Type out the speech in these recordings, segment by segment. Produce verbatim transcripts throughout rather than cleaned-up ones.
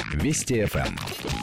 Вести эф эм.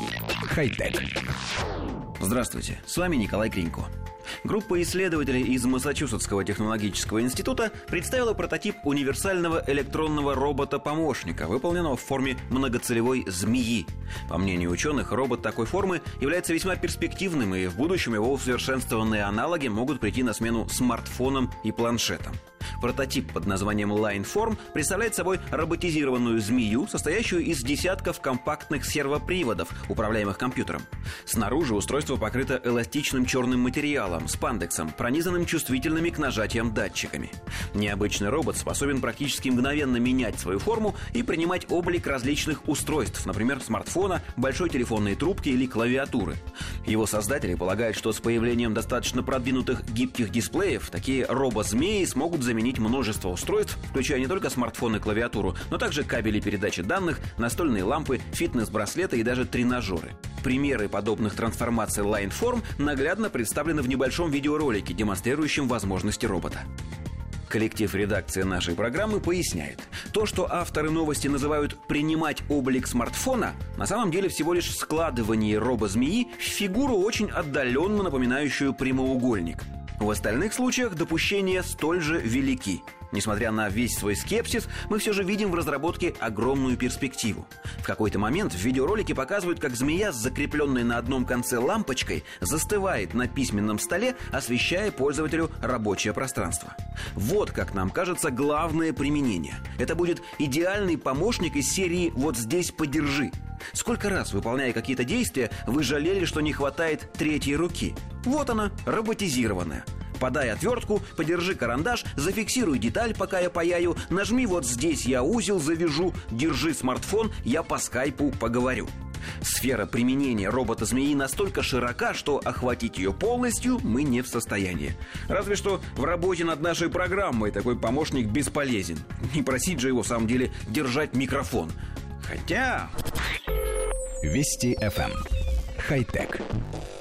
Хай-тек. Здравствуйте, с вами Николай Кринько. Группа исследователей из Массачусетского технологического института представила прототип универсального электронного робота-помощника, выполненного в форме многоцелевой змеи. По мнению ученых, робот такой формы является весьма перспективным, и в будущем его усовершенствованные аналоги могут прийти на смену смартфонам и планшетам. Прототип под названием Lineform представляет собой роботизированную змею, состоящую из десятков компактных сервоприводов, управляемых компьютером. Снаружи устройство покрыто эластичным черным материалом, спандексом, пронизанным чувствительными к нажатиям датчиками. Необычный робот способен практически мгновенно менять свою форму и принимать облик различных устройств, например, смартфона, большой телефонной трубки или клавиатуры. Его создатели полагают, что с появлением достаточно продвинутых гибких дисплеев такие робо-змеи смогут заменить множество устройств, включая не только смартфон и клавиатуру, но также кабели передачи данных, настольные лампы, фитнес-браслеты и даже тренажеры. Примеры подобных трансформаций Lineform наглядно представлены в небольшом видеоролике, демонстрирующем возможности робота. Коллектив редакции нашей программы поясняет. То, что авторы новости называют «принимать облик смартфона», на самом деле всего лишь складывание робо-змеи в фигуру, очень отдаленно напоминающую прямоугольник. В остальных случаях допущения столь же велики. Несмотря на весь свой скепсис, мы все же видим в разработке огромную перспективу. В какой-то момент в видеоролике показывают, как змея с закрепленной на одном конце лампочкой застывает на письменном столе, освещая пользователю рабочее пространство. Вот, как нам кажется, главное применение. Это будет идеальный помощник из серии «Вот здесь подержи». Сколько раз, выполняя какие-то действия, вы жалели, что не хватает третьей руки? Вот она, роботизированная. Подай отвертку, подержи карандаш, зафиксируй деталь, пока я паяю, нажми вот здесь, я узел завяжу, держи смартфон, я по скайпу поговорю. Сфера применения робота-змеи настолько широка, что охватить ее полностью мы не в состоянии. Разве что в работе над нашей программой такой помощник бесполезен. Не просить же его, в самом деле, держать микрофон. Хотя... Вести эф эм. Хай-тек.